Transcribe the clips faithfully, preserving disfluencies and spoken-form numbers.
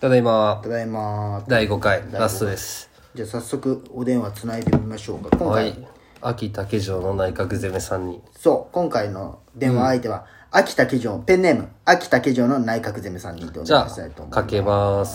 ただいまただいまだいごかいラストです。 じゃあ早速お電話つないでみましょうか。今回、 はい、秋竹城の内閣攻めさんにん。 そう今回の電話相手は、うん、秋竹城ペンネーム秋竹城の内閣攻めさんにんでお願いしたいと思います。 じゃあかけます。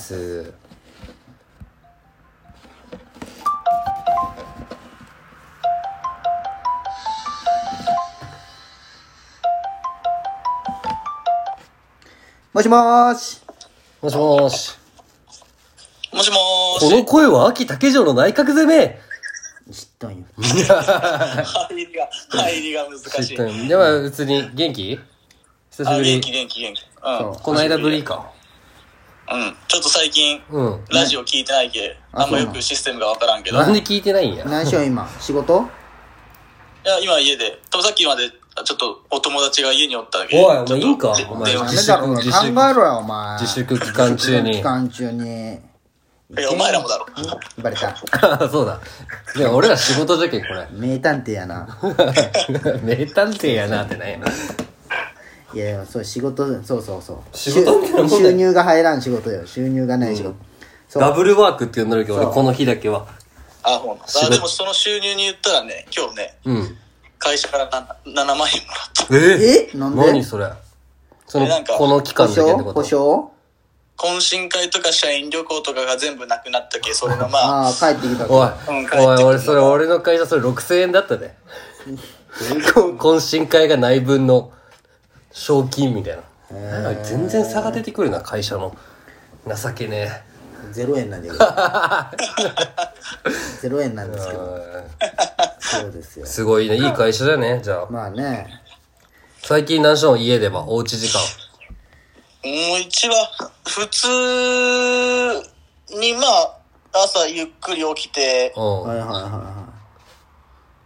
もしもーしもしもーしもしもーし。 この声は秋竹城の内閣攻め。 知ったんよ入りが入りが難しい。 知ったんよ。では普通に元気？久しぶり。 元気元気元気。うん。 この間ぶりか。 うん。ちょっと最近、 うん、 ラジオ聞いてないけ、あんまよくシステムがわからんけど。 なんで聞いてないんや。 何しよう今仕事？ いや今家で。とさっきまでちょっとお友達が家におっただけ。 おいお前いいんか。お前自粛考えろよお前。 自粛期間中に。 期間中に。 いやお前らもだろ。 バレた。 そうだ。いや俺ら仕事じゃけんこれ。 名探偵やな。 名探偵やなってなんや。 いやいやそう仕事そうそうそう。 仕事って収収入が入らん仕事よ。収入がない仕事。 うん、ダブルワークって呼んでるけど俺この日だけは。 あほん。あでもその収入に言ったらね今日ね。うん。会社からななまんえんもらった。 ええなんで？ 何それ？そのこの期間だけってこと？ 保証？ 懇親会とか社員旅行とかが全部なくなったけそれがまああ帰ってきた。 おい、うん、おい俺それ俺の会社それろくせんえんだったね。懇親会がない分の賞金みたいな。全然差が出てくるな会社の。情けねえ。 ゼロえんなんだけど。ゼロえんなんですけど。そうですよ。 すごいね、いい会社だね、じゃあ。 まあね。 最近何しろ家では、おうち時間。 もう一は、普通にまあ、朝ゆっくり起きて、 うん。 はいはいはいはい。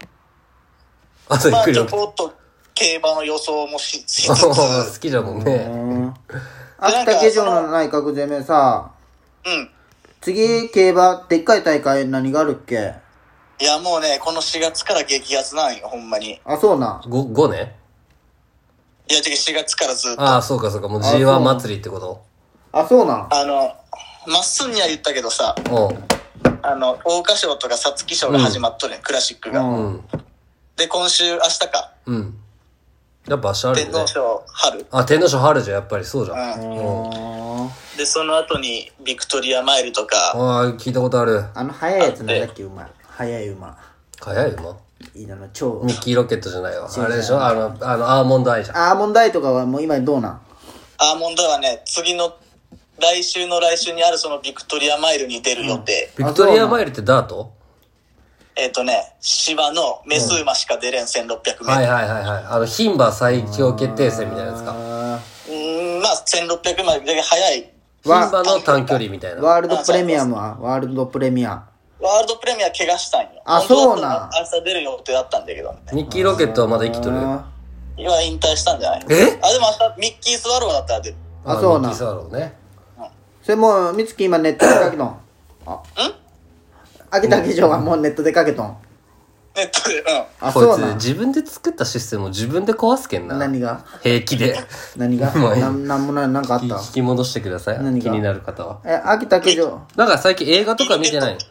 朝ゆっくり起きて。 まあ、ちょっと競馬の予想もし、しつつ。 好きじゃもんね。 秋竹城の内閣攻めさ、 うん。 次、競馬、でっかい大会何があるっけ？ いや、もうね、このしがつから激アツなんよ、ほんまに。 あ、そうな。 ご、ごね？ いや、違う、しがつからずっと。 ああ、そうかそうか、もう ジーワン 祭りってこと？ あ、そうな。 あの、まっすんには言ったけどさ、 うん。 あの、桜花賞とか皐月賞が始まっとるね、うん、クラシックが。うん。で、今週、明日か。 うん。やっぱ明日あるよね。 天皇賞春。 あ、天皇賞春じゃん、やっぱりそうじゃん。 うん。うん、で、その後に、ビクトリアマイルとか。 ああ、聞いたことある。 あの、速いやつなんだっけ、馬。速い馬。 速い馬？ いいなの、超。 ミッキーロケットじゃないわ。あれでしょあの、あの、アーモンドアイじゃん。 アーモンドアイとかはもう今どうなん？ アーモンドアイはね、次の、来週の来週にあるそのビクトリアマイルに出る予定。 うん、ビクトリアマイルってダート？ えっ、ー、とね、芝のメス馬しか出れんせんろっぴゃくメートル。 はいはいはいはい。あの、牝馬最強決定戦みたいなやつか。 うーん、まあ、せんろっぴゃくまで速い。 牝馬の短距離みたいな。 ワールドプレミアムはワールドプレミア。 ワールドプレミア怪我したんよ。 あ、そうな。 明日出る予定だったんだけどね。 ミッキーロケットはまだ生きとる？ 今引退したんじゃない？ え？ あ、でも明日ミッキースワローだったら出る。 あ、そうな。 ミッキースワローね。 うん、それもう、みつき今ネットでかけとん。あ。ん？秋竹城はもうネットでかけとん。 ネットで、うん。 あ、 こいつそうな。 自分で作ったシステムを自分で壊すけんな。 何が？ 平気で。 何が？な、なんもない、なんかあった？ 引き戻してください。 何が？ 気になる方は。 え、秋竹城。 なんか最近映画とか見てない？うん。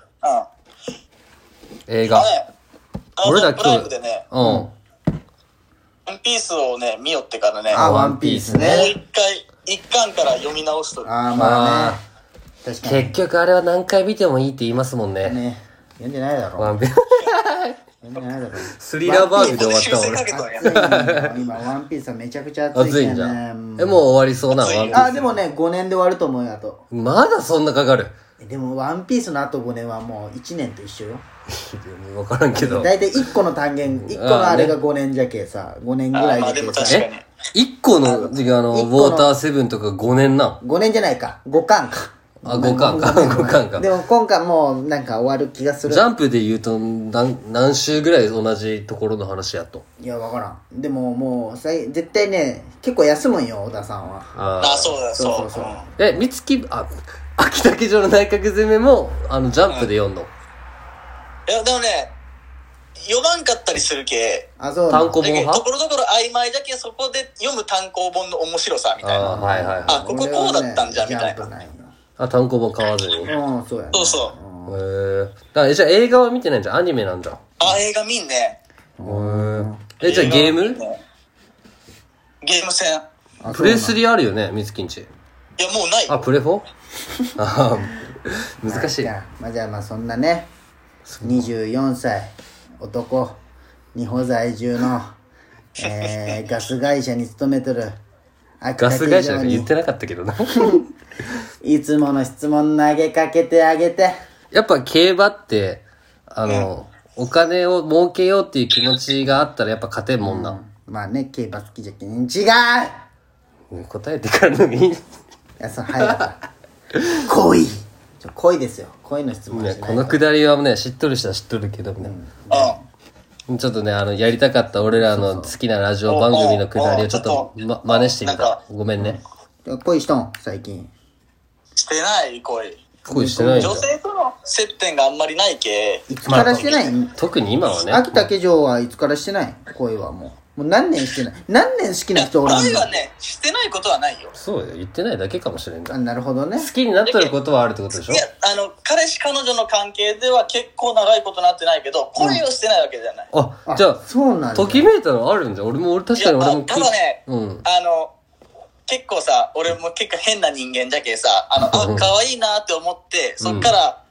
映画。 あね、 俺ら今日。 プライムでね。 うん。ワンピースをね、見よってからね。 あ、ワンピースね。 もう一回、一巻から読み直しとる。 あ、まあね。 確かに。結局あれは何回見てもいいって言いますもんね。 ね。読んでないだろ。 ワンピース。 読んでないだろ。 スリラーバーグで終わった俺。今、ワンピースはめちゃくちゃ熱い熱いんじゃん。え、もう終わりそうなワンピース。 あ、でもね、ごねんで終わると思うよ、あと。 まだそんなかかる？ でも、ワンピースのあとごねんはもういちねんと一緒よ。 分からんけど。 だいたいいっこの単元、いっこのあれがごねんじゃけさ、ごねんぐらいでさ。 え ?いっ 個の、あの、ウォーターセブンとかごねんな。 ごねんじゃないか。ごかんか。 あ、ごかんか。ごかんか。 でも今回もうなんか終わる気がする。 ジャンプで言うと何、何週ぐらい同じところの話やと。 いや、わからん。でももう、絶対ね、結構休むんよ、小田さんは。 ああ、そうだ、そうそうそう。 え、みつき、あ、秋竹城の内閣攻めも、あの、ジャンプで読んの？ いや、でもね、読まんかったりするけ。 あ、そう単行本派？ ところどころ曖昧だけそこで読む単行本の面白さみたいな。 あ、はいはいはい。 あ、こここうだったんじゃんみたいな。 あ、単行本買わずに。へうんそうやねそうそう。 え。だからえじゃあ映画は見てないんじゃん。アニメなんじゃん。へあ、映画見んね。 え。え、じゃあゲーム映画見んねゲーム戦。 あプレスリーあるよね、みつきんち。 いや、もうないよ。 あ、プレフォあー難しいじ。ゃあまあじゃあまあそんなねにじゅうよんさい男日本在住の、えー、ガス会社に勤めとる秋ガス会社なんか竹城に言ってなかったけどな。 いつもの質問投げかけてあげてやっぱ競馬って、あの、お金を儲けようっていう気持ちがあったらやっぱ勝てんもんな。 まあね競馬好きじゃけん違ううん答えてからのがいい。 いやそう早かった恋ちょ恋ですよ恋の質問ねしないこのくだりはね、知っとる人は知っとるけどね。 うん。 ちょっとね、あの、やりたかった俺らの好きなラジオ番組のくだりをちょっと、ま、真似してみた。ごめんね。 恋しとん最近してない恋。 恋してないんだ女。性との接点があんまりないけ。 いつからしてない、 特に今はね。 秋竹城はいつからしてない恋はもうもう何年してない何年好きな人おらんの恋はね、してないことはないよ。 そうよ。言ってないだけかもしれんじゃあん。 なるほどね好きになってることはあるってことでしょいや、あの、彼氏彼女の関係では結構長いことなってないけど、恋をしてないわけじゃない。 あ、じゃあ、 そうなんだときめいたのあるんじゃん。俺も、俺確いや、あかに俺もただね、 うん。 あの、結構さ、俺も結構変な人間じゃけさ、あの、あ、可愛いなって思って、そっから、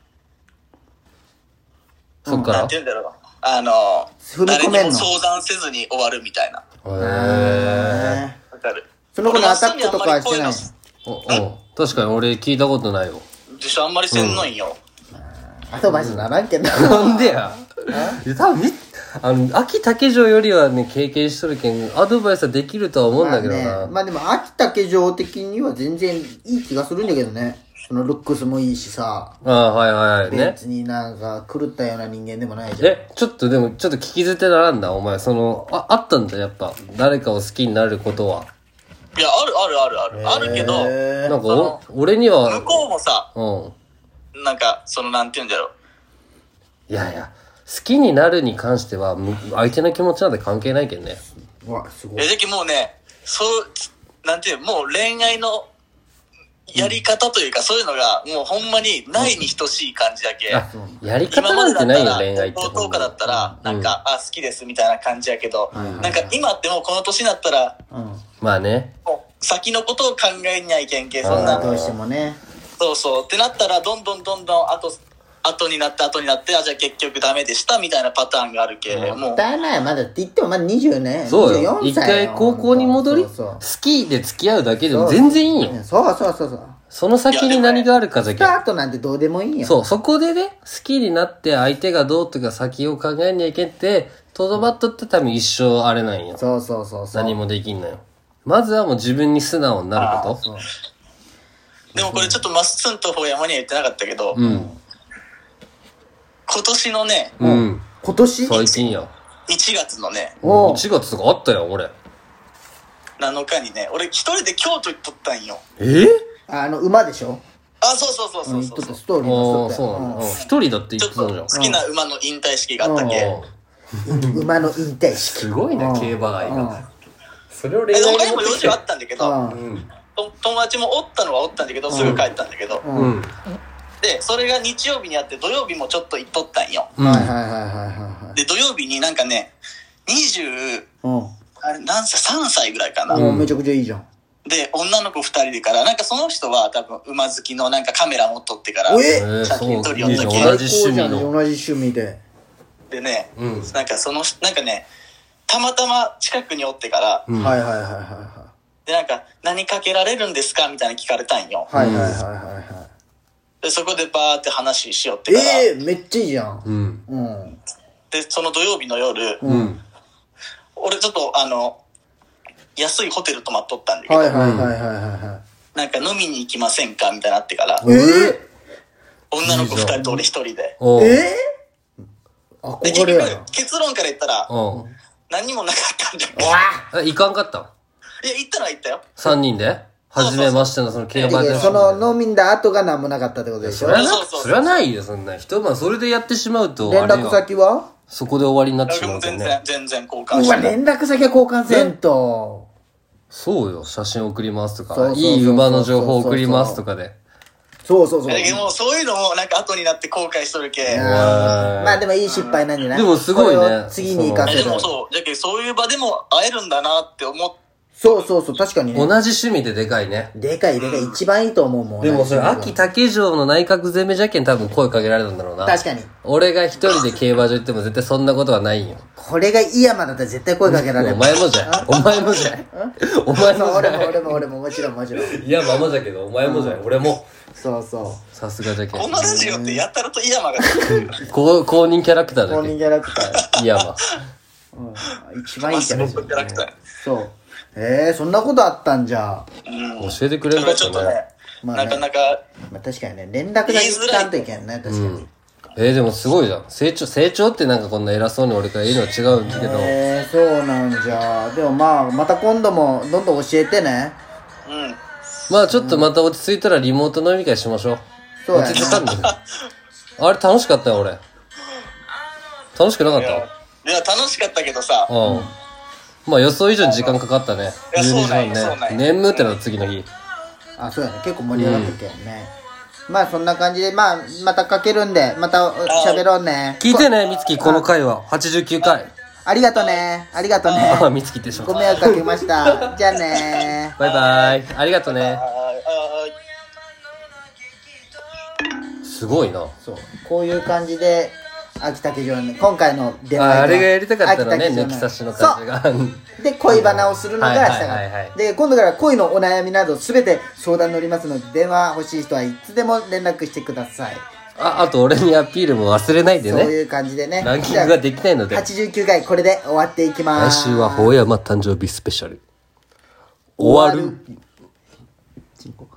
なんそっからて言うんだろう。あの、誰に踏み込めんのも相談せずに終わるみたいな。 へー。 へわかる。 その子にアタックとかはしてないおお確かに俺聞いたことないよ。 でしょ、あんまりせんのんよ。 アドバイスならんけどなんでやいや多分み、あの、秋竹城よりはね、経験しとるけん、アドバイスはできるとは思うんだけどまあな。 ね、まあでも秋竹城的には全然いい気がするんだけどねそのルックスもいいしさああ、はいはいはい。ね。 別になんか狂ったような人間でもないじゃんえ、ちょっとでも、ちょっと聞き捨てならんだ、お前。その、あ、あったんだ、やっぱ。誰かを好きになることは。 いや、あるあるあるある。あるけど、 へなんかそのお、俺には、 向こうもさ、 うん。 なんか、その、なんて言うんだろう。 いやいや、好きになるに関しては、む相手の気持ちなんて関係ないけんね。 うわすごいえ、じゃけもうね、そう、なんていう、もう恋愛のやり方というか、そういうのが、もうほんまにないに等しい感じだけ。 あ、やり方今まなんてないよ、 でだったら、 恋愛って。 高校とかだったら、なんか、あ、好きですみたいな感じやけど、なんか今ってもうこの年になったら、 うんまあね。 もう先のことを考えにゃいけんけ、そんな、 どうしてもねそうそう、ってなったら、どんどんどんどん、あと、後になって後になって、あ、じゃあ結局ダメでしたみたいなパターンがあるけ、もう、 もったいないまだって言ってもまだにじゅうねそうよ。 にじゅうよん一さい回高校に戻り、 そうそう好きで付き合うだけでも全然いいよ。 そうそうそうそうその先に何があるかだけ。 スタートなんてどうでもいいよそう、そこでね、好きになって相手がどうとか先を考えにゃいけんって、とどまっとって多分一生あれなんよ。 そうそうそうそう何もできんのよ。まずはもう自分に素直になること。 そうでもこれちょっとまっすんとほう山には言ってなかったけど、 うん。 今年のね、 うん。 今年最近や。 いちがつのね、 おういちがつとかあったよ、俺。 なのかにね、俺一人で京都行っとったんよ。 えあの馬でしょあ、そうそうそううん言っとそうそうったストーリーああ、 の人そうなんだ。うん一人だってちょっと言ってたじゃん。 好きな馬の引退式があったけ、 うん馬の引退式すごいね、競馬愛うんが。それを恋え、他愛にも用事はあったんだけど、 うんと友達もおったのはおったんだけど、すぐ帰ったんだけど、 うんうん。 で、それが日曜日にあって土曜日もちょっと行っとったんよ。 うん。 はいはいはいはいはいで、土曜日になんかね、にじゅう、 うんあれ、何歳 ?さん 歳ぐらいかな。 うんめちゃくちゃいいじゃんで、女の子ふたりでから、なんかその人は多分馬好きのなんかカメラ持っとってから、 ええー、 写真撮りよったそう。 けいいじゃん同じ趣味最高じゃんの。 同じ趣味ででね、 うんなんかその、なんかね、たまたま近くにおってから、 うんはいはいはいはいはで、なんか、何かけられるんですかみたいな聞かれたんよ。 いはいはいはいはいはで、そこでバーって話しよっていから、 ええめっちゃいいじゃんうん。 うんで、その土曜日の夜、 うん。 俺ちょっとあの、安いホテル泊まっとったんだけど、 はいはいはいはいはいはなんか飲みに行きませんかみたいになってから、 いえ女の子ふたりと俺ひとりで。 おう。 ええで、 憧れやな結局、結論から言ったら、 うん。 何にもなかったんだけど。 わえ、行かんかったんいや、行ったのは行ったよ。 三人で初めましてのその競馬で。 その飲みんだ後が何もなかったってことでしょそれはなそうそうそうそれはないよ、そんな。一晩それでやってしまうと、 連絡あれよ先はそこで終わりになってしま俺も全然うけどね。、 全然交換うわしてない。 連絡先は交換せんとそうよ、写真送りますとか、 そうそうそうそういい馬の情報送りますとかで。 そうそうそうだけどもうそういうのもなんか後になって後悔しとるけ。 いやーまあでもいい失敗なんじゃない？ でもすごいねこれを次に生かせる。 でもそう、だけどそういう場でも会えるんだなって思っそうそうそう、確かにね。 同じ趣味ででかいね。 でかいでかい、一番いいと思うもん。 でもそれ、 同じ秋竹城の内閣攻めじゃけん多分声かけられたんだろうな。 確かに。 俺が一人で競馬場行っても絶対そんなことはないんよ。 これが井山だったら絶対声かけられる。 お前もじゃん。お前もじゃん。お前もそう、 じゃん。 俺も俺も俺ももちろんもちろん。 いや、ままじゃけど、お前もじゃん。俺も。 そうそさすがじゃけん。 このラジオってやったらと井山がこう公認キャラクターう。公だけん。 認キャラクター。 いや、まあ。 うん。一番いいキャラクタキャラクター。 ー。そう。えー、そんなことあったんじゃ。 うん。 教えてくれんそかったね。 れはちょっとね、 まあねなかなか、 まあ確かにね、連絡だけ聞かんといけんね、確かに。 えー、でもすごいじゃん。成長、成長ってなんかこんな偉そうに俺から言うのは違うんだけど。 えー、そうなんじゃ。でもまあ、また今度もどんどん教えてね。 うん。 まあちょっとまた落ち着いたらリモート飲み会しましょう。 そうやね落ち着かんね。あれ楽しかったよ、俺。楽しくなかっいや、いや楽しかったけどさ、 たうん。まあ予想以上に時間かかったね。 いやじゅうにじはんそうなんやそうなんね。 や眠ってなった次の日。 あ、そうやね。結構盛り上がってけんね。まあそんな感じで、まあ、またかけるんで、また喋ろうね。 聞いてね、みつき、この回は。はちじゅうきゅうかい。 ありがとね。ありがとあね。 あ、みつきってしまった。 ご迷惑かけました。じゃあね。 バイバイ。ありがとね。 あーあすごいな。 そう。こういう感じで、秋竹城の、今回の電話ああれがやりたかったのね、 秋竹城抜き差しの感じが。 そうで、恋バナをするのがしたかはいはいはいはいった。で、今度から恋のお悩みなどすべて相談乗りますので、電話欲しい人はいつでも連絡してください。 あ、あと俺にアピールも忘れないでね。 そういう感じでね。 ランキングができないので。 はちじゅうきゅうかい、これで終わっていきま来す。 週は、ほうやま誕生日スペシャル。終わる。 チンコ